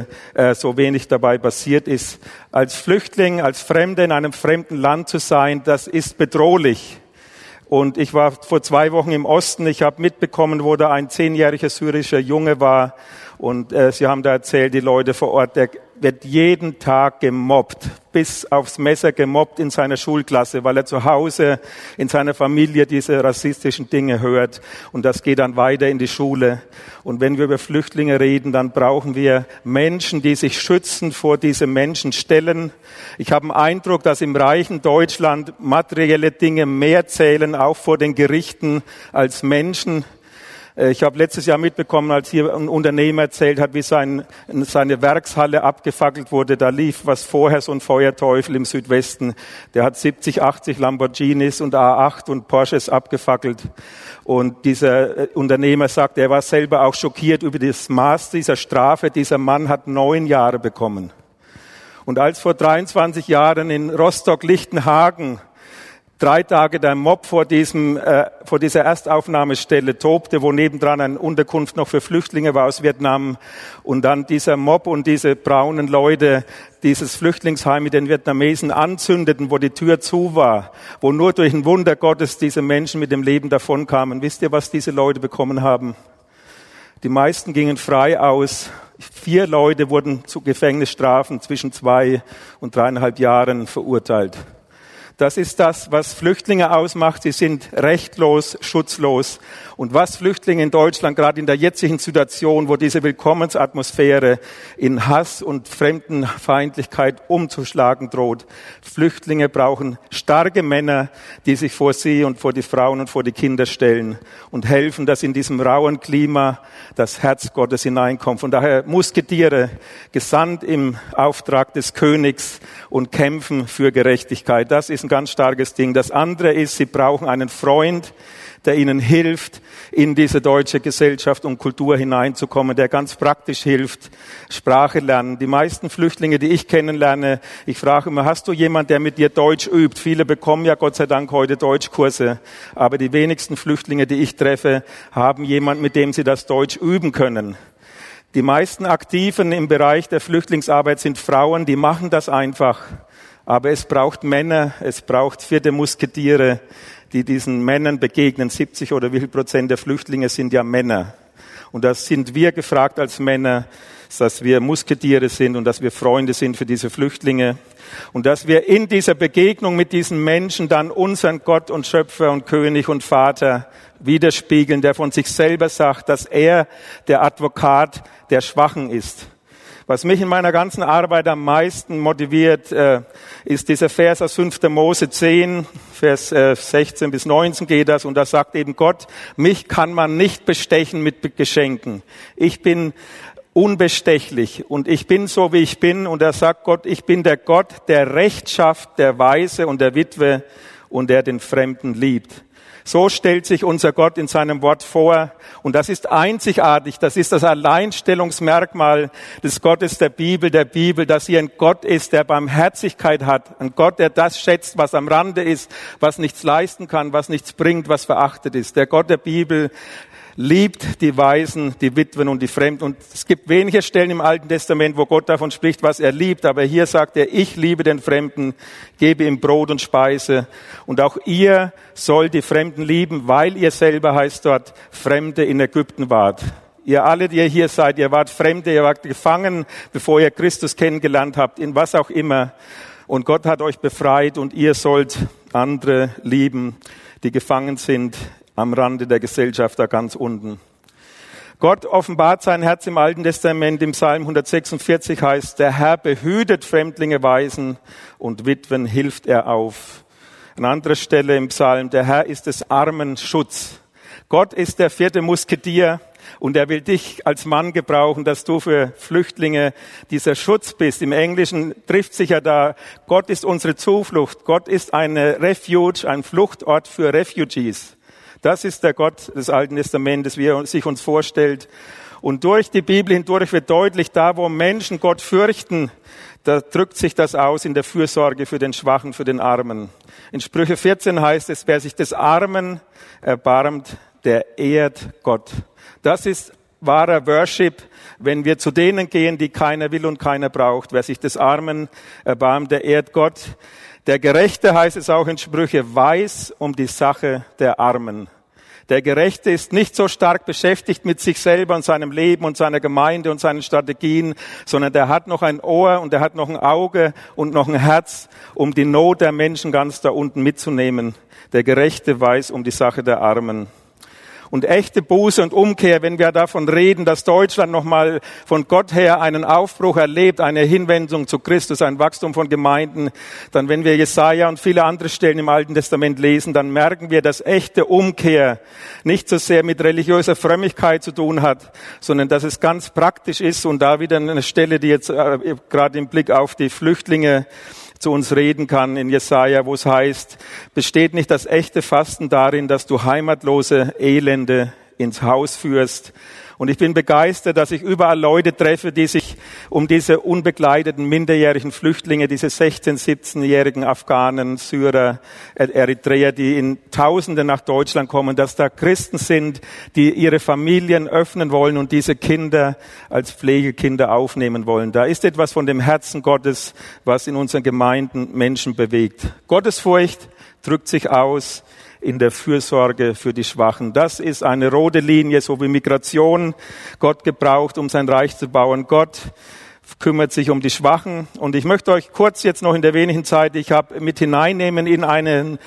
so wenig dabei passiert ist. Als Flüchtling, als Fremder in einem fremden Land zu sein, das ist bedrohlich. Und ich war vor 2 Wochen im Osten. Ich habe mitbekommen, wo da ein 10-jähriger syrischer Junge war. Und sie haben da erzählt, die Leute vor Ort, der wird jeden Tag gemobbt, bis aufs Messer gemobbt in seiner Schulklasse, weil er zu Hause in seiner Familie diese rassistischen Dinge hört. Und das geht dann weiter in die Schule. Und wenn wir über Flüchtlinge reden, dann brauchen wir Menschen, die sich schützend vor diese Menschen stellen. Ich habe den Eindruck, dass im reichen Deutschland materielle Dinge mehr zählen, auch vor den Gerichten, als Menschen. Ich habe letztes Jahr mitbekommen, als hier ein Unternehmer erzählt hat, wie seine Werkshalle abgefackelt wurde. Da lief was vorher, so ein Feuerteufel im Südwesten. Der hat 70, 80 Lamborghinis und A8 und Porsches abgefackelt. Und dieser Unternehmer sagt, er war selber auch schockiert über das Maß dieser Strafe. Dieser Mann hat 9 Jahre bekommen. Und als vor 23 Jahren in Rostock-Lichtenhagen 3 Tage der Mob vor dieser Erstaufnahmestelle tobte, wo nebendran eine Unterkunft noch für Flüchtlinge war aus Vietnam. Und dann dieser Mob und diese braunen Leute dieses Flüchtlingsheim mit den Vietnamesen anzündeten, wo die Tür zu war, wo nur durch ein Wunder Gottes diese Menschen mit dem Leben davonkamen. Wisst ihr, was diese Leute bekommen haben? Die meisten gingen frei aus. 4 Leute wurden zu Gefängnisstrafen zwischen 2 und 3,5 Jahren verurteilt. Das ist das, was Flüchtlinge ausmacht. Sie sind rechtlos, schutzlos. Und was Flüchtlinge in Deutschland, gerade in der jetzigen Situation, wo diese Willkommensatmosphäre in Hass und Fremdenfeindlichkeit umzuschlagen droht. Flüchtlinge brauchen starke Männer, die sich vor sie und vor die Frauen und vor die Kinder stellen und helfen, dass in diesem rauen Klima das Herz Gottes hineinkommt. Von daher Musketiere, gesandt im Auftrag des Königs und kämpfen für Gerechtigkeit. Das ist ein ganz starkes Ding. Das andere ist, sie brauchen einen Freund, der ihnen hilft, in diese deutsche Gesellschaft und Kultur hineinzukommen, der ganz praktisch hilft, Sprache lernen. Die meisten Flüchtlinge, die ich kennenlerne, ich frage immer, hast du jemanden, der mit dir Deutsch übt? Viele bekommen ja Gott sei Dank heute Deutschkurse, aber die wenigsten Flüchtlinge, die ich treffe, haben jemanden, mit dem sie das Deutsch üben können. Die meisten Aktiven im Bereich der Flüchtlingsarbeit sind Frauen, die machen das einfach. Aber es braucht Männer, es braucht 4. Musketiere, die diesen Männern begegnen. 70 oder wie viel Prozent der Flüchtlinge sind ja Männer. Und da sind wir gefragt als Männer, dass wir Musketiere sind und dass wir Freunde sind für diese Flüchtlinge. Und dass wir in dieser Begegnung mit diesen Menschen dann unseren Gott und Schöpfer und König und Vater widerspiegeln, der von sich selber sagt, dass er der Advokat der Schwachen ist. Was mich in meiner ganzen Arbeit am meisten motiviert, ist dieser Vers aus 5. Mose 10, Vers 16 bis 19 geht das. Und da sagt eben Gott, mich kann man nicht bestechen mit Geschenken. Ich bin unbestechlich und ich bin so, wie ich bin. Und da sagt Gott, ich bin der Gott, der Recht schafft, der Waise und der Witwe und der den Fremden liebt. So stellt sich unser Gott in seinem Wort vor. Und das ist einzigartig. Das ist das Alleinstellungsmerkmal des Gottes der Bibel, dass hier ein Gott ist, der Barmherzigkeit hat. Ein Gott, der das schätzt, was am Rande ist, was nichts leisten kann, was nichts bringt, was verachtet ist. Der Gott der Bibel liebt die Waisen, die Witwen und die Fremden. Und es gibt wenige Stellen im Alten Testament, wo Gott davon spricht, was er liebt. Aber hier sagt er, ich liebe den Fremden, gebe ihm Brot und Speise. Und auch ihr sollt die Fremden lieben, weil ihr selber, heißt dort, Fremde in Ägypten wart. Ihr alle, die ihr hier seid, ihr wart Fremde, ihr wart gefangen, bevor ihr Christus kennengelernt habt, in was auch immer. Und Gott hat euch befreit und ihr sollt andere lieben, die gefangen sind am Rande der Gesellschaft, da ganz unten. Gott offenbart sein Herz im Alten Testament. Im Psalm 146 heißt, der Herr behütet Fremdlinge, Waisen und Witwen hilft er auf. An anderer Stelle im Psalm, der Herr ist des Armen Schutz. Gott ist der 4. Musketier und er will dich als Mann gebrauchen, dass du für Flüchtlinge dieser Schutz bist. Im Englischen trifft sich ja da, Gott ist unsere Zuflucht. Gott ist eine Refuge, ein Fluchtort für Refugees. Das ist der Gott des Alten Testamentes, wie er sich uns vorstellt. Und durch die Bibel hindurch wird deutlich, da wo Menschen Gott fürchten, da drückt sich das aus in der Fürsorge für den Schwachen, für den Armen. In Sprüche 14 heißt es, wer sich des Armen erbarmt, der ehrt Gott. Das ist wahrer Worship, wenn wir zu denen gehen, die keiner will und keiner braucht. Wer sich des Armen erbarmt, der ehrt Gott. Der Gerechte, heißt es auch in Sprüche, weiß um die Sache der Armen. Der Gerechte ist nicht so stark beschäftigt mit sich selber und seinem Leben und seiner Gemeinde und seinen Strategien, sondern der hat noch ein Ohr und der hat noch ein Auge und noch ein Herz, um die Not der Menschen ganz da unten mitzunehmen. Der Gerechte weiß um die Sache der Armen. Und echte Buße und Umkehr, wenn wir davon reden, dass Deutschland nochmal von Gott her einen Aufbruch erlebt, eine Hinwendung zu Christus, ein Wachstum von Gemeinden, dann wenn wir Jesaja und viele andere Stellen im Alten Testament lesen, dann merken wir, dass echte Umkehr nicht so sehr mit religiöser Frömmigkeit zu tun hat, sondern dass es ganz praktisch ist. Und da wieder eine Stelle, die jetzt gerade im Blick auf die Flüchtlinge zu uns reden kann in Jesaja, wo es heißt, besteht nicht das echte Fasten darin, dass du heimatlose Elende ins Haus führst. Und ich bin begeistert, dass ich überall Leute treffe, die sich um diese unbegleiteten minderjährigen Flüchtlinge, diese 16-, 17-jährigen Afghanen, Syrer, Eritreer, die in Tausenden nach Deutschland kommen, dass da Christen sind, die ihre Familien öffnen wollen und diese Kinder als Pflegekinder aufnehmen wollen. Da ist etwas von dem Herzen Gottes, was in unseren Gemeinden Menschen bewegt. Gottesfurcht drückt sich aus in der Fürsorge für die Schwachen. Das ist eine rote Linie, so wie Migration Gott gebraucht, um sein Reich zu bauen. Gott kümmert sich um die Schwachen. Und ich möchte euch kurz jetzt noch in der wenigen Zeit, ich habe mit hineinnehmen in einen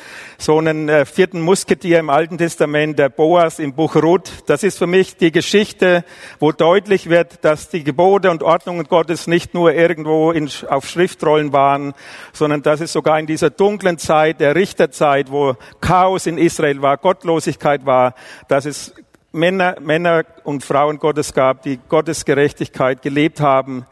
4. Musketier im Alten Testament, der Boas im Buch Ruth. Das ist für mich die Geschichte, wo deutlich wird, dass die Gebote und Ordnungen Gottes nicht nur irgendwo auf Schriftrollen waren, sondern dass es sogar in dieser dunklen Zeit, der Richterzeit, wo Chaos in Israel war, Gottlosigkeit war, dass es Männer und Frauen Gottes gab, die Gottes Gerechtigkeit gelebt haben.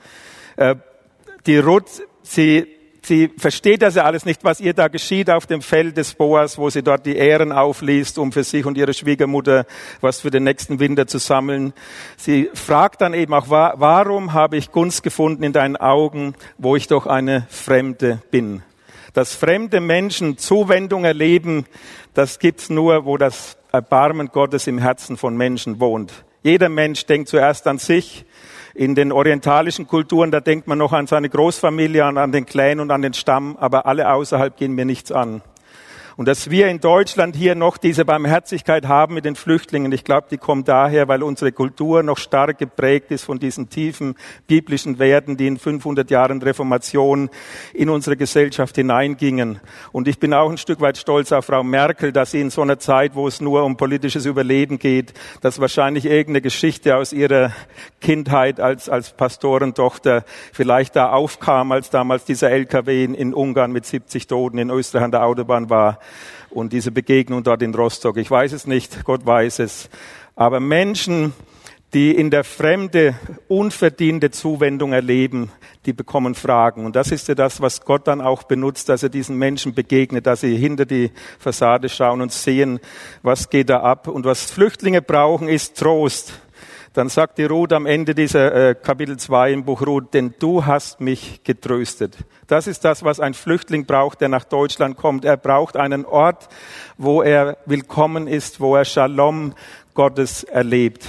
Die Ruth, sie versteht das ja alles nicht, was ihr da geschieht auf dem Feld des Boas, wo sie dort die Ähren aufliest, um für sich und ihre Schwiegermutter was für den nächsten Winter zu sammeln. Sie fragt dann eben auch, warum habe ich Gunst gefunden in deinen Augen, wo ich doch eine Fremde bin? Dass fremde Menschen Zuwendung erleben, das gibt's nur, wo das Erbarmen Gottes im Herzen von Menschen wohnt. Jeder Mensch denkt zuerst an sich. In den orientalischen Kulturen, da denkt man noch an seine Großfamilie, an den Clan und an den Stamm, aber alle außerhalb gehen mir nichts an. Und dass wir in Deutschland hier noch diese Barmherzigkeit haben mit den Flüchtlingen, ich glaube, die kommt daher, weil unsere Kultur noch stark geprägt ist von diesen tiefen biblischen Werten, die in 500 Jahren Reformation in unsere Gesellschaft hineingingen. Und ich bin auch ein Stück weit stolz auf Frau Merkel, dass sie in so einer Zeit, wo es nur um politisches Überleben geht, dass wahrscheinlich irgendeine Geschichte aus ihrer Kindheit als Pastorentochter vielleicht da aufkam, als damals dieser LKW in Ungarn mit 70 Toten in Österreich an der Autobahn war. Und diese Begegnung dort in Rostock, ich weiß es nicht, Gott weiß es. Aber Menschen, die in der Fremde unverdiente Zuwendung erleben, die bekommen Fragen. Und das ist ja das, was Gott dann auch benutzt, dass er diesen Menschen begegnet, dass sie hinter die Fassade schauen und sehen, was geht da ab. Und was Flüchtlinge brauchen, ist Trost. Dann sagt die Ruth am Ende dieser Kapitel 2 im Buch Ruth, denn du hast mich getröstet. Das ist das, was ein Flüchtling braucht, der nach Deutschland kommt. Er braucht einen Ort, wo er willkommen ist, wo er Shalom Gottes erlebt.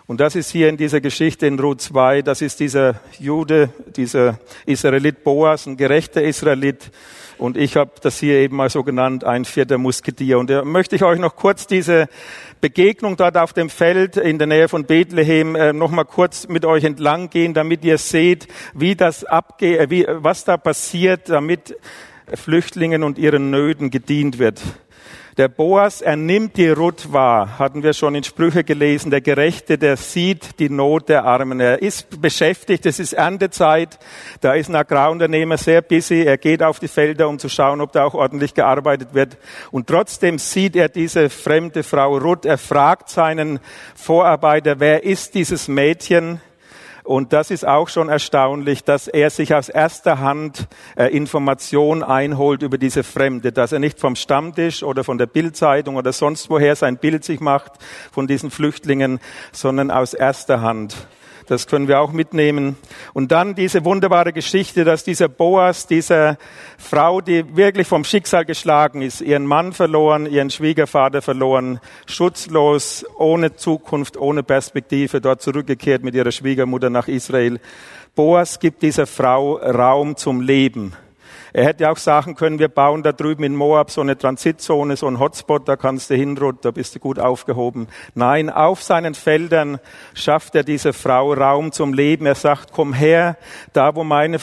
Und das ist hier in dieser Geschichte in Ruth 2, das ist dieser Jude, dieser Israelit Boas, ein gerechter Israelit. Und ich habe das hier eben mal so genannt, ein vierter Musketier. Und da möchte ich euch noch kurz diese Begegnung dort auf dem Feld in der Nähe von Bethlehem noch mal kurz mit euch entlang gehen, damit ihr seht, wie das was da passiert, damit Flüchtlingen und ihren Nöten gedient wird. Der Boas, er nimmt die Ruth wahr, hatten wir schon in Sprüche gelesen. Der Gerechte, der sieht die Not der Armen. Er ist beschäftigt, es ist Erntezeit. Da ist ein Agrarunternehmer sehr busy. Er geht auf die Felder, um zu schauen, ob da auch ordentlich gearbeitet wird. Und trotzdem sieht er diese fremde Frau Ruth. Er fragt seinen Vorarbeiter, wer ist dieses Mädchen? Und das ist auch schon erstaunlich, dass er sich aus erster Hand Informationen einholt über diese Fremde, dass er nicht vom Stammtisch oder von der Bildzeitung oder sonst woher sein Bild sich macht von diesen Flüchtlingen, sondern aus erster Hand. Das können wir auch mitnehmen. Und dann diese wunderbare Geschichte, dass dieser Boas, dieser Frau, die wirklich vom Schicksal geschlagen ist, ihren Mann verloren, ihren Schwiegervater verloren, schutzlos, ohne Zukunft, ohne Perspektive, dort zurückgekehrt mit ihrer Schwiegermutter nach Israel. Boas gibt dieser Frau Raum zum Leben. Er hätte auch sagen können, wir bauen da drüben in Moab so eine Transitzone, so ein Hotspot, da kannst du hin, Ruth, da bist du gut aufgehoben. Nein, auf seinen Feldern schafft er dieser Frau Raum zum Leben. Er sagt, komm her, da wo meine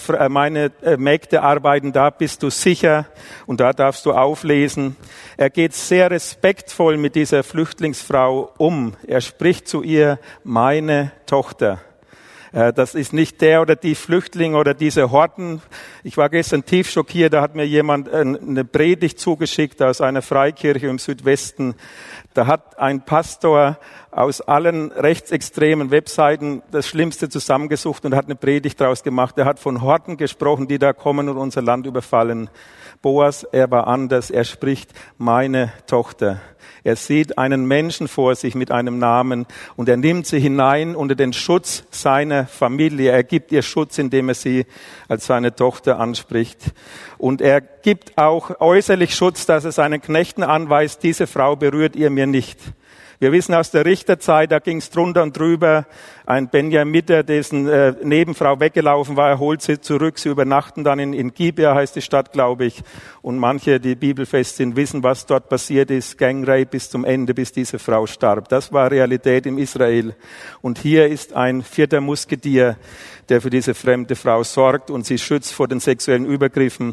Mägde arbeiten, da bist du sicher und da darfst du auflesen. Er geht sehr respektvoll mit dieser Flüchtlingsfrau um. Er spricht zu ihr, meine Tochter. Das ist nicht der oder die Flüchtling oder diese Horten. Ich war gestern tief schockiert, da hat mir jemand eine Predigt zugeschickt aus einer Freikirche im Südwesten. Da hat ein Pastor aus allen rechtsextremen Webseiten das Schlimmste zusammengesucht und hat eine Predigt daraus gemacht. Er hat von Horten gesprochen, die da kommen und unser Land überfallen. Boas, er war anders. Er spricht, meine Tochter. Er sieht einen Menschen vor sich mit einem Namen und er nimmt sie hinein unter den Schutz seiner Familie. Er gibt ihr Schutz, indem er sie als seine Tochter anspricht. Und er gibt auch äußerlich Schutz, dass er seinen Knechten anweist, diese Frau berührt ihr mir nicht. Wir wissen aus der Richterzeit, da ging es drunter und drüber. Ein Benjamiter, dessen Nebenfrau weggelaufen war, er holt sie zurück. Sie übernachten dann in Gibea, heißt die Stadt, glaube ich. Und manche, die bibelfest sind, wissen, was dort passiert ist. Gangrape bis zum Ende, bis diese Frau starb. Das war Realität im Israel. Und hier ist ein vierter Musketier, der für diese fremde Frau sorgt und sie schützt vor den sexuellen Übergriffen.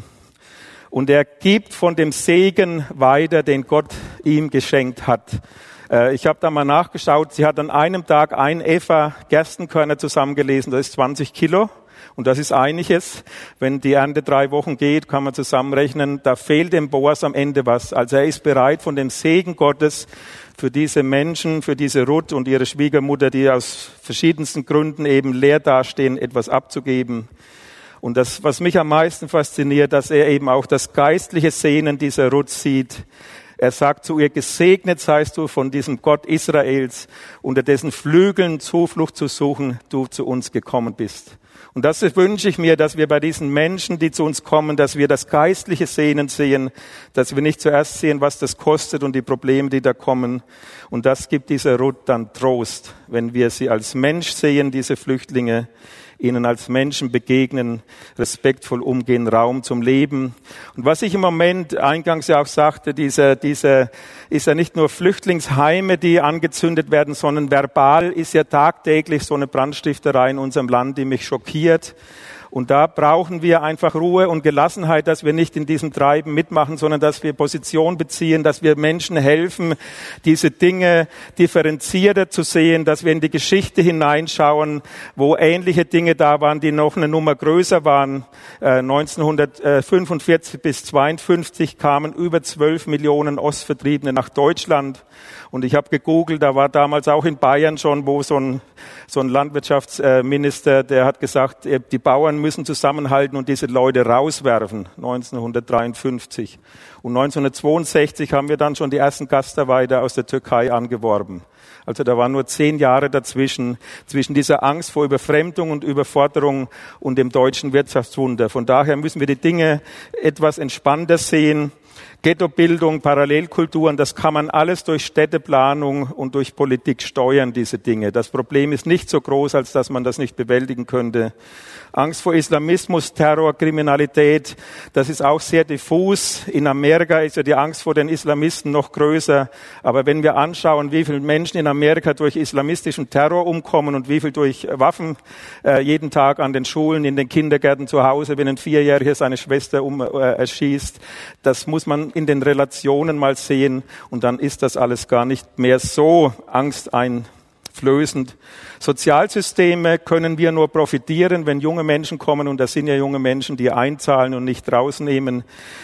Und er gibt von dem Segen weiter, den Gott ihm geschenkt hat. Ich habe da mal nachgeschaut, sie hat an einem Tag 1 Epha Gerstenkörner zusammengelesen, das ist 20 Kilo. Und das ist einiges. Wenn die Ernte 3 Wochen geht, kann man zusammenrechnen, da fehlt dem Boas am Ende was. Also er ist bereit, von dem Segen Gottes für diese Menschen, für diese Ruth und ihre Schwiegermutter, die aus verschiedensten Gründen eben leer dastehen, etwas abzugeben. Und das, was mich am meisten fasziniert, dass er eben auch das geistliche Sehnen dieser Ruth sieht. Er sagt zu ihr, gesegnet seist du von diesem Gott Israels, unter dessen Flügeln Zuflucht zu suchen, du zu uns gekommen bist. Und das wünsche ich mir, dass wir bei diesen Menschen, die zu uns kommen, dass wir das geistliche Sehnen sehen, dass wir nicht zuerst sehen, was das kostet und die Probleme, die da kommen. Und das gibt dieser Ruth dann Trost, wenn wir sie als Mensch sehen, diese Flüchtlinge, ihnen als Menschen begegnen, respektvoll umgehen, Raum zum Leben. Und was ich im Moment eingangs ja auch sagte, dieser ist ja nicht nur Flüchtlingsheime, die angezündet werden, sondern verbal ist ja tagtäglich so eine Brandstifterei in unserem Land, die mich schockiert. Und da brauchen wir einfach Ruhe und Gelassenheit, dass wir nicht in diesem Treiben mitmachen, sondern dass wir Position beziehen, dass wir Menschen helfen, diese Dinge differenzierter zu sehen, dass wir in die Geschichte hineinschauen, wo ähnliche Dinge da waren, die noch eine Nummer größer waren. 1945 bis 1952 kamen über 12 Millionen Ostvertriebene nach Deutschland. Und ich habe gegoogelt, da war damals auch in Bayern schon, wo so ein Landwirtschaftsminister, der hat gesagt, die Bauern müssen zusammenhalten und diese Leute rauswerfen, 1953. Und 1962 haben wir dann schon die ersten Gastarbeiter aus der Türkei angeworben. Also da waren nur 10 Jahre zwischen dieser Angst vor Überfremdung und Überforderung und dem deutschen Wirtschaftswunder. Von daher müssen wir die Dinge etwas entspannter sehen. Ghettobildung, Parallelkulturen, das kann man alles durch Städteplanung und durch Politik steuern, diese Dinge. Das Problem ist nicht so groß, als dass man das nicht bewältigen könnte. Angst vor Islamismus, Terror, Kriminalität, das ist auch sehr diffus. In Amerika ist ja die Angst vor den Islamisten noch größer. Aber wenn wir anschauen, wie viele Menschen in Amerika durch islamistischen Terror umkommen und wie viel durch Waffen jeden Tag an den Schulen, in den Kindergärten zu Hause, wenn ein Vierjähriger seine Schwester erschießt, das muss man in den Relationen mal sehen. Und dann ist das alles gar nicht mehr so angsteinflößend. Sozialsysteme können wir nur profitieren, wenn junge Menschen kommen, und das sind ja junge Menschen, die einzahlen und nicht rausnehmen.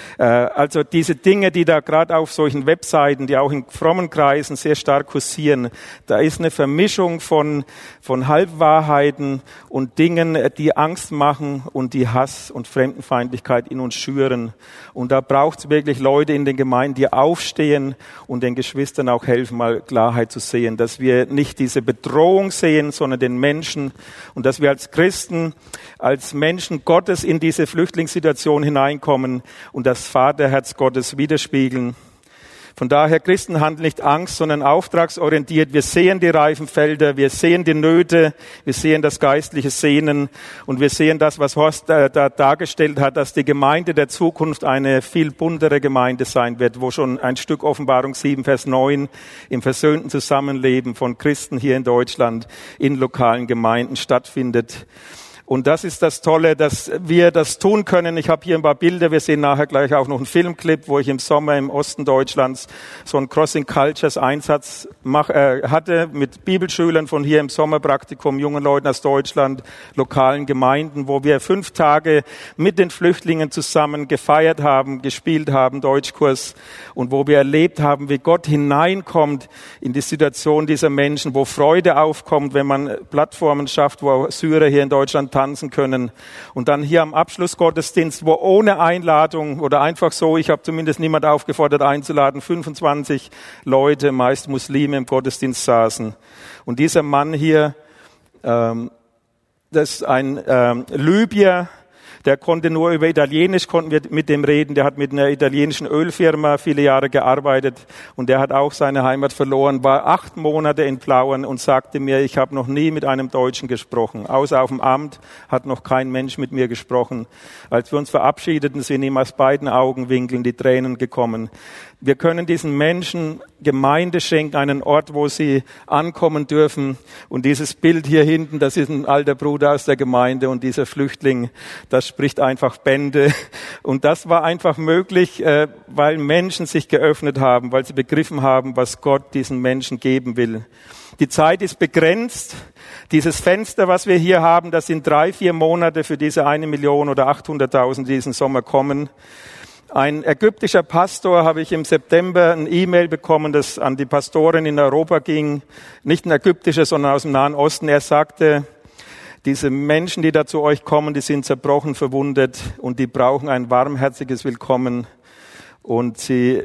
Also diese Dinge, die da gerade auf solchen Webseiten, die auch in frommen Kreisen sehr stark kursieren, da ist eine Vermischung von Halbwahrheiten und Dingen, die Angst machen und die Hass und Fremdenfeindlichkeit in uns schüren. Und da braucht es wirklich Leute in den Gemeinden, die aufstehen und den Geschwistern auch helfen, mal Klarheit zu sehen, dass wir nicht diese Bedrohung sehen, sondern den Menschen, und dass wir als Christen, als Menschen Gottes in diese Flüchtlingssituation hineinkommen und das Vaterherz Gottes widerspiegeln. Von daher, Christen handeln nicht Angst, sondern auftragsorientiert. Wir sehen die reifen Felder, wir sehen die Nöte, wir sehen das geistliche Sehnen und wir sehen das, was Horst da dargestellt hat, dass die Gemeinde der Zukunft eine viel buntere Gemeinde sein wird, wo schon ein Stück Offenbarung 7, Vers 9 im versöhnten Zusammenleben von Christen hier in Deutschland in lokalen Gemeinden stattfindet. Und das ist das Tolle, dass wir das tun können. Ich habe hier ein paar Bilder. Wir sehen nachher gleich auch noch einen Filmclip, wo ich im Sommer im Osten Deutschlands so einen Crossing Cultures Einsatz hatte mit Bibelschülern von hier im Sommerpraktikum, jungen Leuten aus Deutschland, lokalen Gemeinden, wo wir 5 Tage mit den Flüchtlingen zusammen gefeiert haben, gespielt haben, Deutschkurs, und wo wir erlebt haben, wie Gott hineinkommt in die Situation dieser Menschen, wo Freude aufkommt, wenn man Plattformen schafft, wo Syrer hier in Deutschland tanzen können. Und dann hier am Abschlussgottesdienst, wo ohne Einladung oder einfach so, ich habe zumindest niemand aufgefordert einzuladen, 25 Leute, meist Muslime, im Gottesdienst saßen. Und dieser Mann hier, das ist ein Libyer, der konnte nur über Italienisch, konnten wir mit dem reden. Der hat mit einer italienischen Ölfirma viele Jahre gearbeitet und der hat auch seine Heimat verloren, war 8 Monate in Plauen und sagte mir, ich habe noch nie mit einem Deutschen gesprochen. Außer auf dem Amt hat noch kein Mensch mit mir gesprochen. Als wir uns verabschiedeten, sind ihm aus beiden Augenwinkeln die Tränen gekommen. Wir können diesen Menschen Gemeinde schenken, einen Ort, wo sie ankommen dürfen. Und dieses Bild hier hinten, das ist ein alter Bruder aus der Gemeinde und dieser Flüchtling, das spricht einfach Bände. Und das war einfach möglich, weil Menschen sich geöffnet haben, weil sie begriffen haben, was Gott diesen Menschen geben will. Die Zeit ist begrenzt. Dieses Fenster, was wir hier haben, das sind 3-4 Monate für diese 1 Million oder 800.000, die diesen Sommer kommen. Ein ägyptischer Pastor, habe ich im September ein E-Mail bekommen, das an die Pastoren in Europa ging. Nicht ein ägyptischer, sondern aus dem Nahen Osten. Er sagte, diese Menschen, die da zu euch kommen, die sind zerbrochen, verwundet und die brauchen ein warmherziges Willkommen. Und sie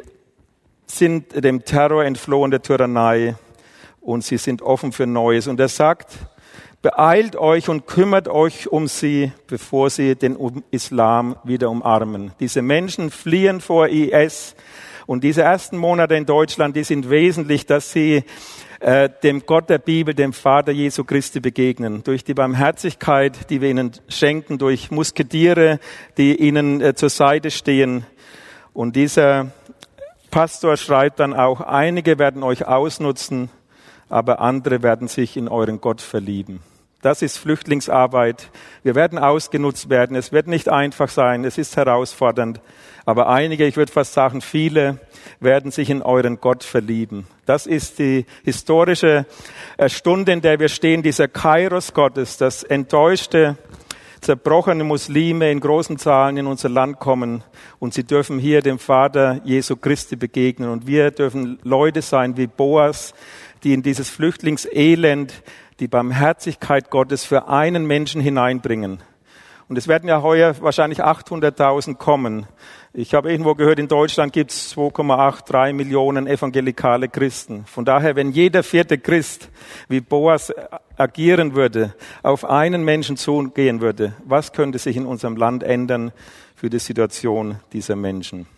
sind dem Terror entflohen, der Tyrannei, und sie sind offen für Neues. Und er sagt, beeilt euch und kümmert euch um sie, bevor sie den Islam wieder umarmen. Diese Menschen fliehen vor IS. Und diese ersten Monate in Deutschland, die sind wesentlich, dass sie dem Gott der Bibel, dem Vater Jesu Christi begegnen. Durch die Barmherzigkeit, die wir ihnen schenken, durch Musketiere, die ihnen zur Seite stehen. Und dieser Pastor schreibt dann auch, einige werden euch ausnutzen, aber andere werden sich in euren Gott verlieben. Das ist Flüchtlingsarbeit. Wir werden ausgenutzt werden. Es wird nicht einfach sein. Es ist herausfordernd. Aber einige, ich würde fast sagen viele, werden sich in euren Gott verlieben. Das ist die historische Stunde, in der wir stehen, dieser Kairos Gottes, dass enttäuschte, zerbrochene Muslime in großen Zahlen in unser Land kommen und sie dürfen hier dem Vater Jesu Christi begegnen. Und wir dürfen Leute sein wie Boas, die in dieses Flüchtlingselend die Barmherzigkeit Gottes für einen Menschen hineinbringen. Und es werden ja heuer wahrscheinlich 800.000 kommen. Ich habe irgendwo gehört, in Deutschland gibt es 2,83 Millionen evangelikale Christen. Von daher, wenn jeder 4. Christ wie Boas agieren würde, auf einen Menschen zugehen würde, was könnte sich in unserem Land ändern für die Situation dieser Menschen?